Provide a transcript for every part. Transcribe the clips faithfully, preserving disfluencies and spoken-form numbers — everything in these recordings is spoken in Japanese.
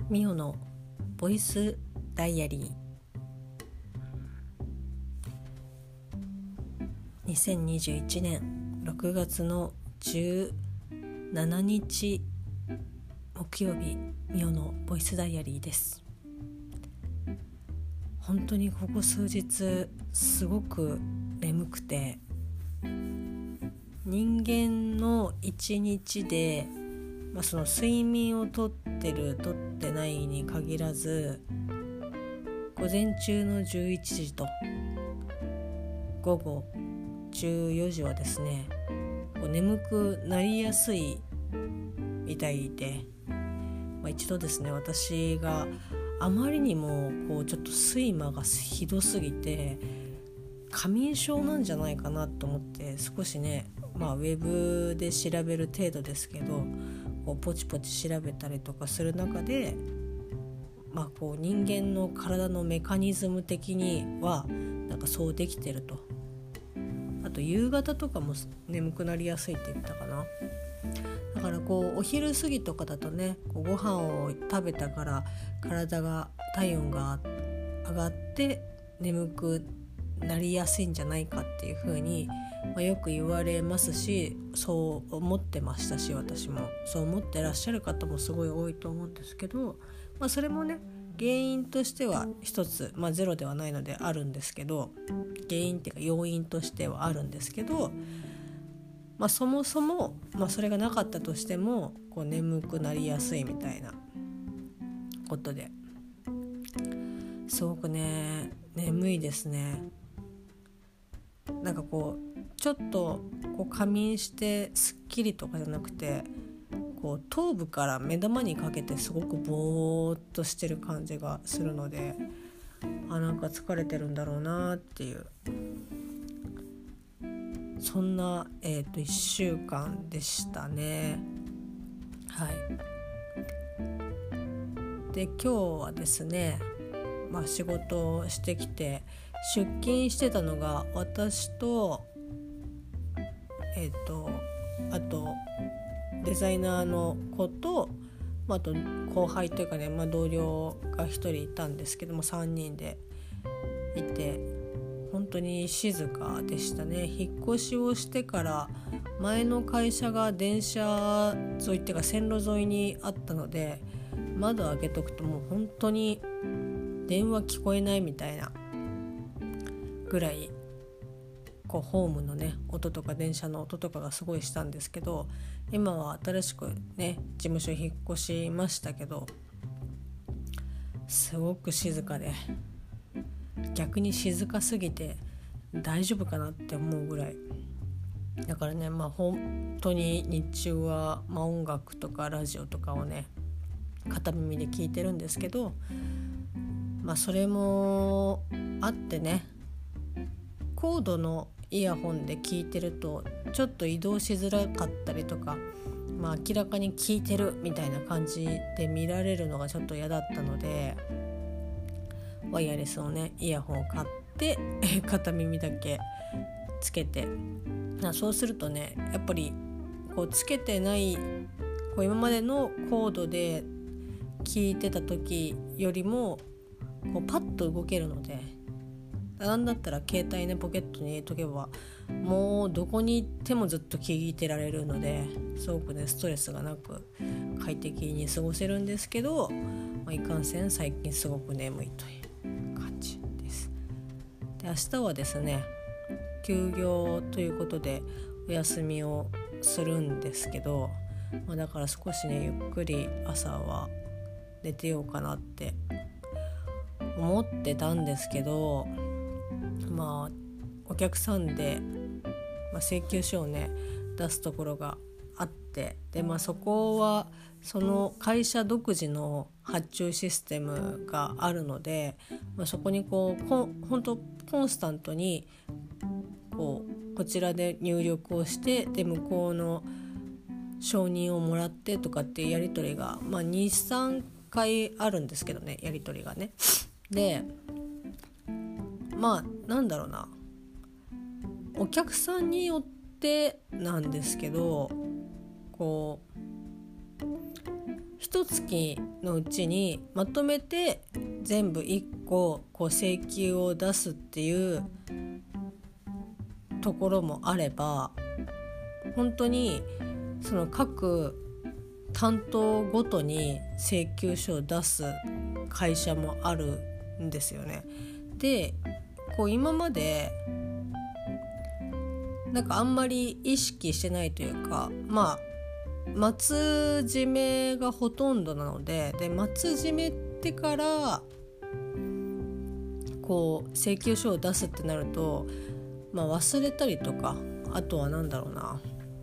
ミオのボイスダイアリーにせんにじゅういちねんろくがつのじゅうしちにち木曜日、ミオのボイスダイアリーです。本当にここ数日すごく眠くて、人間の一日で、まあ、その睡眠をとってるとってないに限らず、午前中のじゅういちじと午後じゅうよじはですね、こう眠くなりやすいみたいで、まあ、一度ですね、私があまりにもこうちょっと睡魔がひどすぎて過眠症なんじゃないかなと思って、少しね、まあ、ウェブで調べる程度ですけど、こうポチポチ調べたりとかする中で、まあ、こう人間の体のメカニズム的にはなんかそうできてると。あと夕方とかも眠くなりやすいって言ったかな。だからこうお昼過ぎとかだとね、こうご飯を食べたから体が体温が上がって眠くなりやすいんじゃないかっていう風に、まあ、よく言われますし、そう思ってましたし、私もそう思ってらっしゃる方もすごい多いと思うんですけど、まあ、それもね原因としては一つ、まあ、ゼロではないのであるんですけど、原因っていうか要因としてはあるんですけど、まあ、そもそも、まあ、それがなかったとしてもこう眠くなりやすいみたいなことで、すごくね眠いですね。なんかこうちょっとこう仮眠してすっきりとかじゃなくて、こう頭部から目玉にかけてすごくぼーっとしてる感じがするので、あ、なんか疲れてるんだろうなっていう、そんな、えーと、いっしゅうかんでしたね。はい。で、今日はですね、まあ、仕事をしてきて出勤してたのが私とえっとあとデザイナーの子と、まあ、あと後輩というかね、まあ、同僚がひとりいたんですけども、さんにんでいて本当に静かでしたね。引っ越しをしてから前の会社が電車沿いっていうか線路沿いにあったので、窓開けとくともう本当に電話聞こえないみたいなぐらい、こうホームのね音とか電車の音とかがすごいしたんですけど、今は新しくね事務所引っ越しましたけど、すごく静かで、逆に静かすぎて大丈夫かなって思うぐらいだからね、まあ本当に日中は、まあ、音楽とかラジオとかをね片耳で聞いてるんですけど、まあそれもあってね、コードのイヤホンで聞いてるとちょっと移動しづらかったりとか、まあ、明らかに聞いてるみたいな感じで見られるのがちょっと嫌だったので、ワイヤレスをねイヤホンを買って片耳だけつけて、そうするとねやっぱりこうつけてないこう今までのコードで聞いてた時よりもこうパッと動けるので、なんだったら携帯ねポケットに入れとけばもうどこに行ってもずっと聞いてられるので、すごくねストレスがなく快適に過ごせるんですけど、まあ、いかんせん最近すごく眠いという感じです。で、明日はですね休業ということでお休みをするんですけど、まあ、だから少しねゆっくり朝は寝てようかなって思ってたんですけど、まあお客さんで、まあ、請求書をね出すところがあって、で、まあ、そこはその会社独自の発注システムがあるので、まあ、そこにこうこ本当コンスタントにこうこちらで入力をして、で向こうの承認をもらってとかっていうやり取りが、まあ、にさんかいあるんですけどね、やり取りがね。で、まあなんだろうな、お客さんによってなんですけど、こ一月のうちにまとめて全部いっここう請求を出すっていうところもあれば、本当にその各担当ごとに請求書を出す会社もあるんですよね。で、こう今までなんかあんまり意識してないというか、まあ末締めがほとんどなので、で末締めってからこう請求書を出すってなると、まあ、忘れたりとか、あとはなんだろうな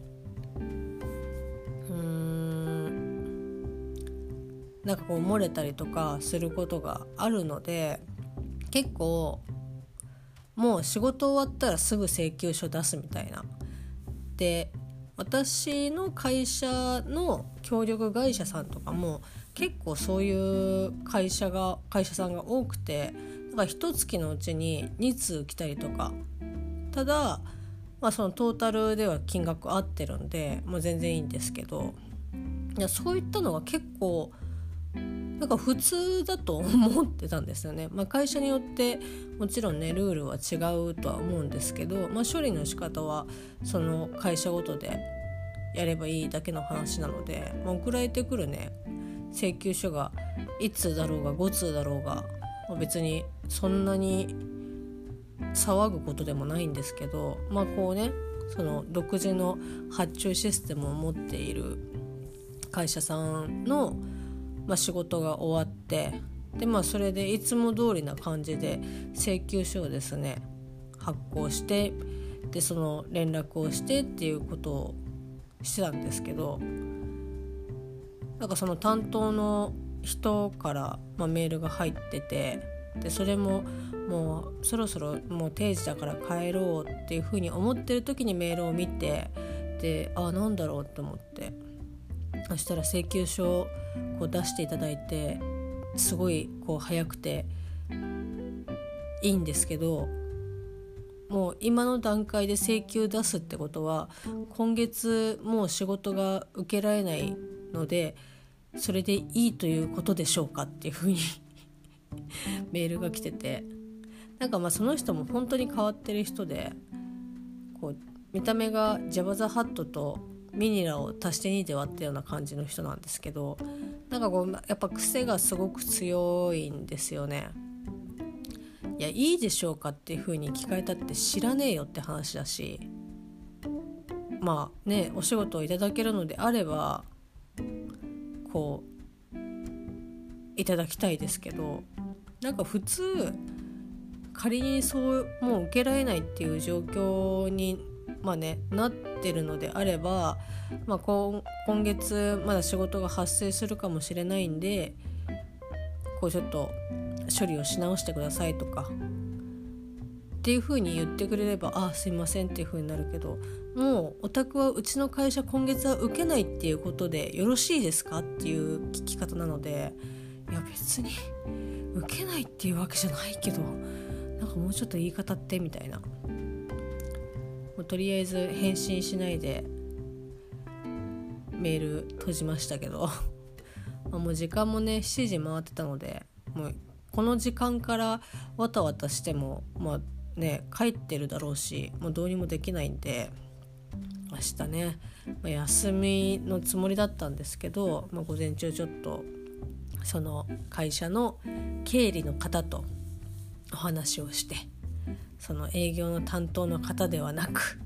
うーんなんかこう漏れたりとかすることがあるので、結構もう仕事終わったらすぐ請求書出すみたいな。で、私の会社の協力会社さんとかも結構そういう会社が会社さんが多くて、だから一月のうちにに通来たりとか、ただ、まあ、そのトータルでは金額合ってるんで、もう全然いいんですけど、いやそういったのが結構なんか普通だと思ってたんですよね。まあ、会社によってもちろんねルールは違うとは思うんですけど、まあ、処理の仕方はその会社ごとでやればいいだけの話なので、まあ、送られてくるね請求書がいち通だろうがご通だろうが、まあ、別にそんなに騒ぐことでもないんですけど、まあこうねその独自の発注システムを持っている会社さんのまあ、仕事が終わって、で、まあ、それでいつも通りな感じで請求書をですね発行して、でその連絡をしてっていうことをしてたんですけど、なんかその担当の人から、まあ、メールが入ってて、でそれももうそろそろもう定時だから帰ろうっていうふうに思ってる時にメールを見て、であなんだろうと思って、そしたら請求書をこう出していただいて、すごいこう早くていいんですけど、もう今の段階で請求出すってことは今月もう仕事が受けられないので、それでいいということでしょうかっていうふうにメールが来てて、なんかまあその人も本当に変わってる人で、こう見た目がジャバザハットとミニラを足してにで割ったような感じの人なんですけど、なんかこうやっぱ癖がすごく強いんですよね。いやいいでしょうかっていう風に聞かれたって知らねえよって話だし、まあねお仕事をいただけるのであればこういただきたいですけど、なんか普通仮にそうもう受けられないっていう状況にまあね、なってるのであれば、まあ、今, 今月まだ仕事が発生するかもしれないんで、こうちょっと処理をし直してくださいとかっていう風に言ってくれれば、あすいませんっていう風になるけど、もうお宅はうちの会社今月は受けないっていうことでよろしいですかっていう聞き方なので、いや別に受けないっていうわけじゃないけど、なんかもうちょっと言い方ってみたいな、もうとりあえず返信しないでメール閉じましたけどもう時間もねしちじ回ってたので、もうこの時間からわたわたしてもまあね帰ってるだろうし、もうどうにもできないんで、明日ね、まあ、休みのつもりだったんですけど、まあ、午前中ちょっとその会社の経理の方とお話をして、その営業の担当の方ではなく、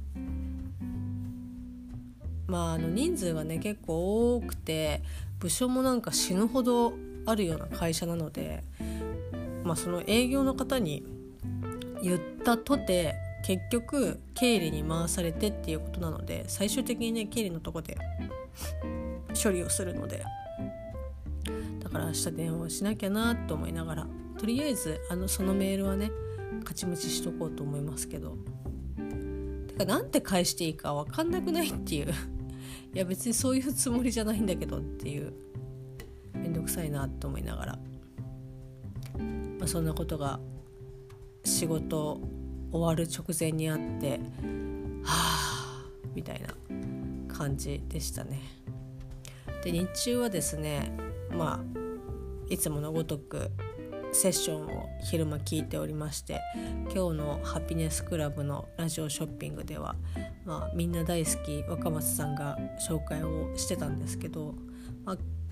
まあ、あの人数はね結構多くて、部署もなんか死ぬほどあるような会社なので、まあ、その営業の方に言ったとて結局経理に回されてっていうことなので、最終的にね経理のとこで処理をするので、だから明日電話をしなきゃなと思いながら、とりあえずあのそのメールはね勝ち無視しとこうと思いますけど、てかなんて返していいか分かんなくないっていういや別にそういうつもりじゃないんだけどっていう、めんどくさいなと思いながら、まあ、そんなことが仕事終わる直前にあって、はぁみたいな感じでしたね。で日中はですね、 まあいつものごとくセッションを昼間聞いておりまして、今日のハピネスクラブのラジオショッピングでは、まあ、みんな大好き若松さんが紹介をしてたんですけど、まあ、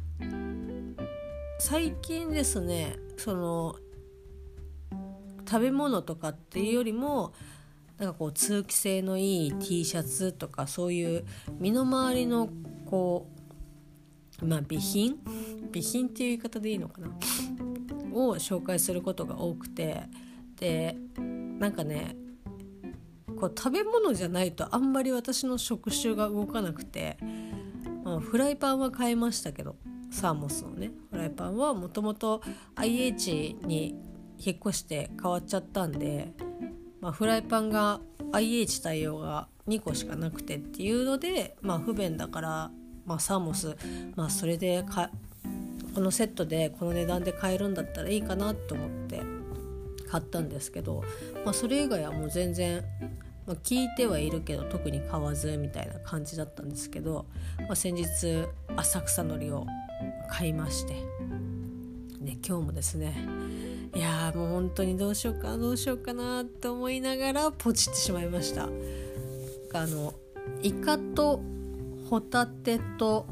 最近ですね、その食べ物とかっていうよりもなんかこう通気性のいい T シャツとか、そういう身の回りのこう、まあ、備品備品っていう言い方でいいのかなを紹介することが多くて、でなんかねこう食べ物じゃないとあんまり私の食習が動かなくて、まあ、フライパンは買いましたけど、サーモスのねフライパンはもともと アイエイチ に引っ越して変わっちゃったんで、まあ、フライパンが アイエイチ 対応がにこしかなくてっていうので、まあ、不便だから、まあ、サーモス、まあ、それでかこのセットでこの値段で買えるんだったらいいかなと思って買ったんですけど、まあ、それ以外はもう全然、まあ、聞いてはいるけど特に買わずみたいな感じだったんですけど、まあ、先日浅草のりを買いまして、で今日もですね、いやもう本当にどうしようかなどうしようかなと思いながらポチってしまいました。あのイカとホタテと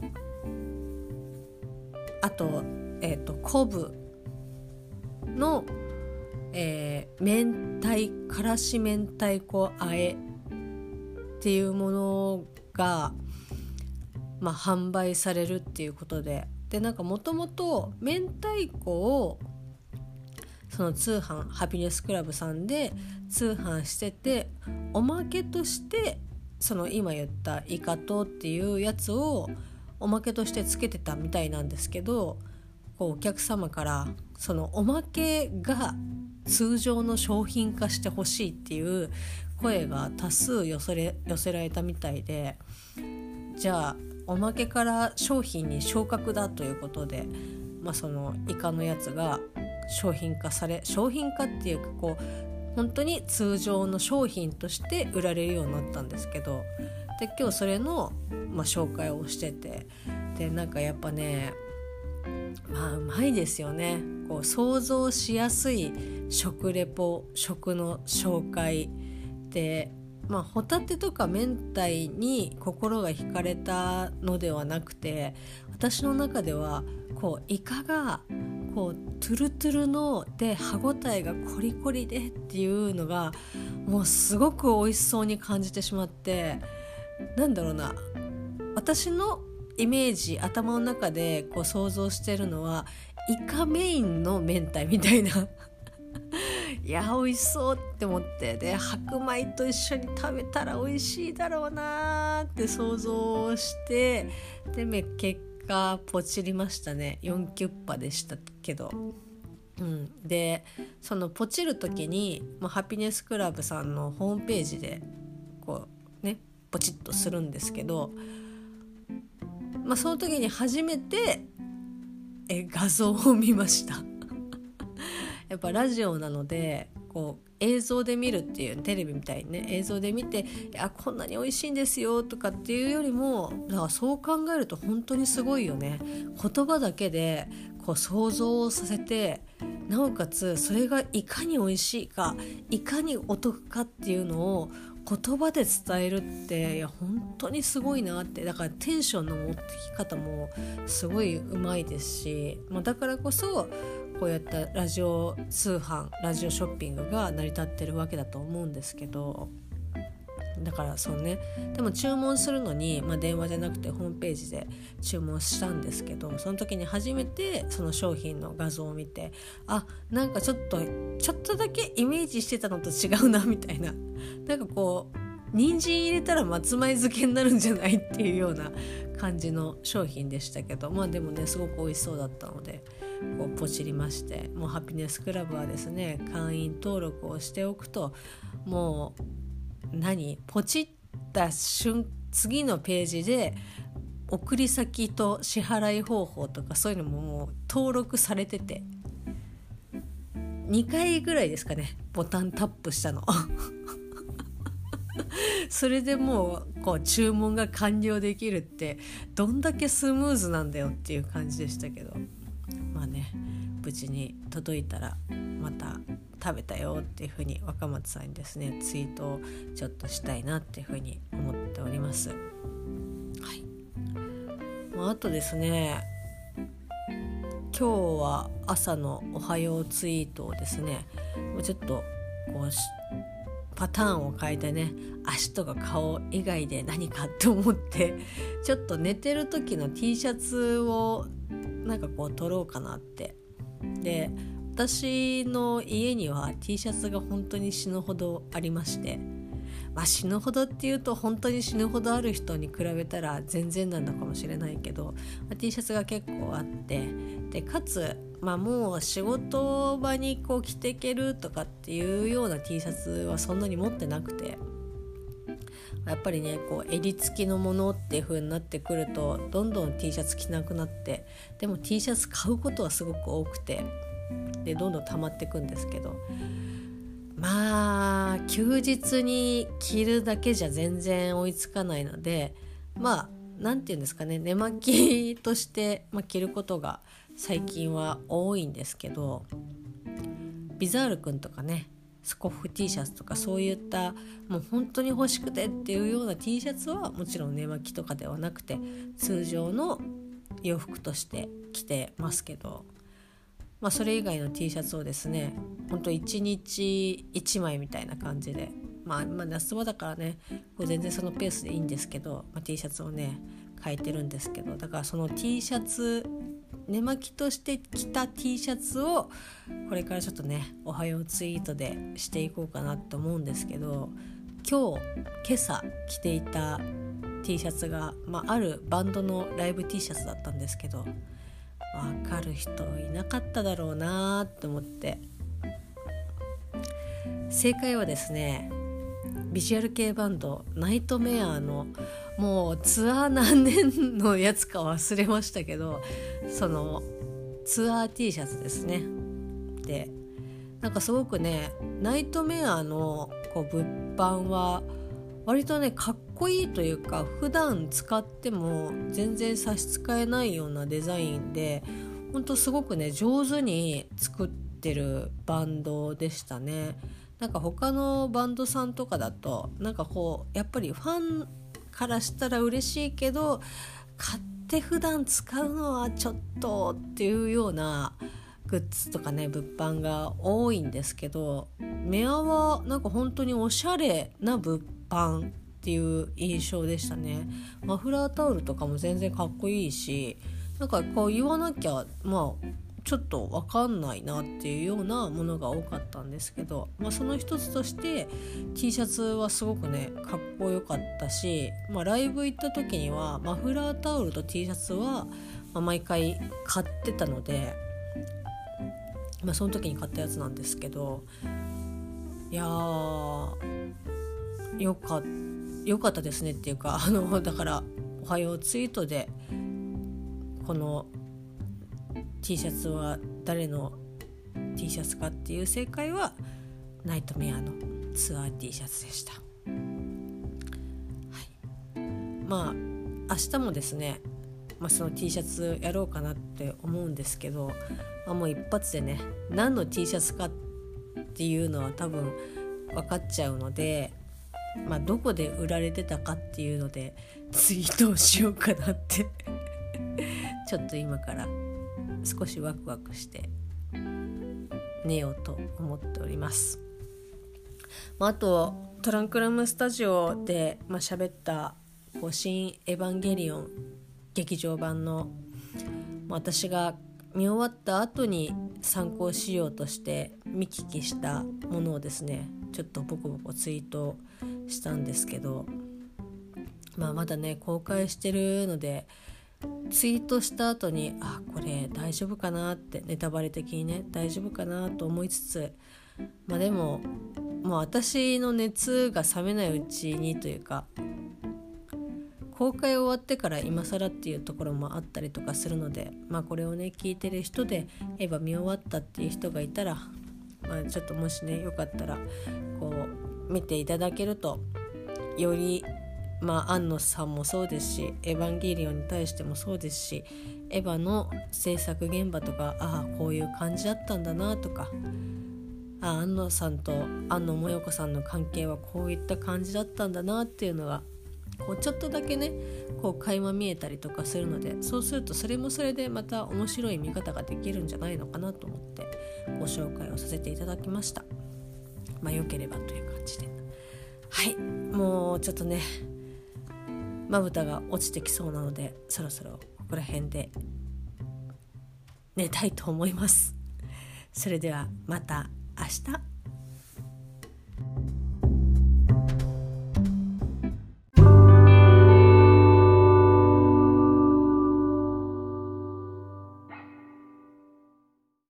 あと、えーと、昆布の、えー、明太からし明太子あえっていうものが、まあ、販売されるっていうことで、でなんかもともと明太子をその通販ハピネスクラブさんで通販してて、おまけとしてその今言ったイカとっていうやつをおまけとしてつけてたみたいなんですけど、こうお客様からそのおまけが通常の商品化してほしいっていう声が多数寄せれ、寄せられたみたいで、じゃあおまけから商品に昇格だということで、まあ、そのイカのやつが商品化され、商品化っていうかこう本当に通常の商品として売られるようになったんですけど、で今日それの、まあ、紹介をしてて、でなんかやっぱね、まあうまいですよね。こう想像しやすい食レポ、食の紹介で、まあホタテとか明太に心が惹かれたのではなくて、私の中ではこうイカがこうトゥルトゥルので歯ごたえがコリコリでっていうのがもうすごく美味しそうに感じてしまって、なんだろうな、私のイメージ頭の中でこう想像してるのはイカメインの明太みたいないや美味しそうって思って、で白米と一緒に食べたら美味しいだろうなって想像して、で結果ポチりましたね。よんキュッパでしたけど、うん、でそのポチる時に、まあ、ハピネスクラブさんのホームページでこうねポチッとするんですけど、まあ、その時に初めてえ画像を見ましたやっぱラジオなのでこう映像で見るっていう、テレビみたいにね映像で見て、いやこんなに美味しいんですよとかっていうよりも、だからそう考えると本当にすごいよね。言葉だけでこう想像をさせて、なおかつそれがいかに美味しいかいかにお得かっていうのを言葉で伝えるって、いや本当にすごいなって。だからテンションの持ってき方もすごいうまいですし、まあ、だからこそこうやったラジオ通販ラジオショッピングが成り立ってるわけだと思うんですけど、だからそうね、でも注文するのに、まあ、電話じゃなくてホームページで注文したんですけど、その時に初めてその商品の画像を見て、あなんかちょっとちょっとだけイメージしてたのと違うなみたいな、なんかこう人参入れたら松前漬けになるんじゃないっていうような感じの商品でしたけど、まあでもねすごく美味しそうだったのでこうポチりまして、もうハピネスクラブはですね会員登録をしておくと、もう何ポチった瞬次のページで送り先と支払い方法とかそういうのももう登録されてて、にかいぐらいですかねボタンタップしたのそれでもう、こう注文が完了できるってどんだけスムーズなんだよっていう感じでしたけど、まあね、無事に届いたらまた食べたよっていうふうに若松さんにですねツイートをちょっとしたいなっていうふうに思っております。はい。まあ、あとですね、今日は朝のおはようツイートをですね、ちょっとこうパターンを変えてね、足とか顔以外で何かって思ってちょっと寝てる時の T シャツをなんかこう撮ろうかなって。で、私の家には T シャツが本当に死ぬほどありまして、まあ、死ぬほどっていうと本当に死ぬほどある人に比べたら全然なんだかもしれないけど、まあ、T シャツが結構あって、でかつ、まあ、もう仕事場にこう着ていけるとかっていうような T シャツはそんなに持ってなくて、やっぱりねこう襟付きのものっていう風になってくるとどんどん T シャツ着なくなって、でも T シャツ買うことはすごく多くて、でどんどん溜まっていくんですけど、まあ休日に着るだけじゃ全然追いつかないので、まあなんていうんですかね、寝巻きとして、まあ、着ることが最近は多いんですけど、ビザールくんとかねスコッフ T シャツとかそういったもう本当に欲しくてっていうような T シャツはもちろん寝巻きとかではなくて通常の洋服として着てますけど、まあ、それ以外の T シャツをですね本当いちにちいちまいみたいな感じで、まあ、まあ夏場だからねこう全然そのペースでいいんですけど、まあ、T シャツをね変えてるんですけど、だからその T シャツ寝巻きとして着た T シャツをこれからちょっとねおはようツイートでしていこうかなと思うんですけど、今日今朝着ていた T シャツが、まあ、あるバンドのライブ T シャツだったんですけど、分かる人いなかっただろうなと思って、正解はですねビジュアル系バンドナイトメアのもうツアー何年のやつか忘れましたけど、そのツアー T シャツですね。でなんかすごくねナイトメアのこう物販は割とねかっこいいというか、普段使っても全然差し支えないようなデザインで、ほんとすごくね上手に作ってるバンドでしたね。なんか他のバンドさんとかだとなんかこうやっぱりファンからしたら嬉しいけど買って普段使うのはちょっとっていうようなグッズとかね物販が多いんですけど、メアはなんか本当におしゃれな物販っていう印象でしたね。マフラータオルとかも全然かっこいいし、なんかこう言わなきゃまあちょっと分かんないなっていうようなものが多かったんですけど、まあ、その一つとして T シャツはすごくねかっこよかったし、まあ、ライブ行った時にはマフラータオルと T シャツは、まあ、毎回買ってたので、まあ、その時に買ったやつなんですけど、いやーよかよかったですねっていうか、あのだからおはようツイートでこのT シャツは誰の T シャツかっていう正解はナイトメアのツアー T シャツでした。はい、まあ明日もですね、まあ、その T シャツやろうかなって思うんですけど、まあ、もう一発でね何の T シャツかっていうのは多分分かっちゃうので、まあ、どこで売られてたかっていうのでツイートをしようかなってちょっと今から少しワクワクして寝ようと思っております。まあ、あとトランクルームスタジオで、まあ、喋ったこう新エヴァンゲリオン劇場版の、まあ、私が見終わった後に参考資料として見聞きしたものをですねちょっとボコボコツイートしたんですけど、まあ、まだね公開してるのでツイートした後にあこれ大丈夫かなってネタバレ的にね大丈夫かなと思いつつ、まあでももう私の熱が冷めないうちにというか公開終わってから今更っていうところもあったりとかするので、まあこれをね聞いてる人でエヴァ見終わったっていう人がいたら、まあちょっともしねよかったらこう見ていただけるとよりまあ庵野さんもそうですし、エヴァンゲリオンに対してもそうですし、エヴァの制作現場とか、ああこういう感じだったんだなとか、あ庵野さんと庵野もよこさんの関係はこういった感じだったんだなっていうのがこうちょっとだけねこう垣間見えたりとかするので、そうするとそれもそれでまた面白い見方ができるんじゃないのかなと思ってご紹介をさせていただきました。まあ良ければという感じで、はい、もうちょっとねまぶたが落ちてきそうなので、そろそろここら辺で寝たいと思います。それではまた明日。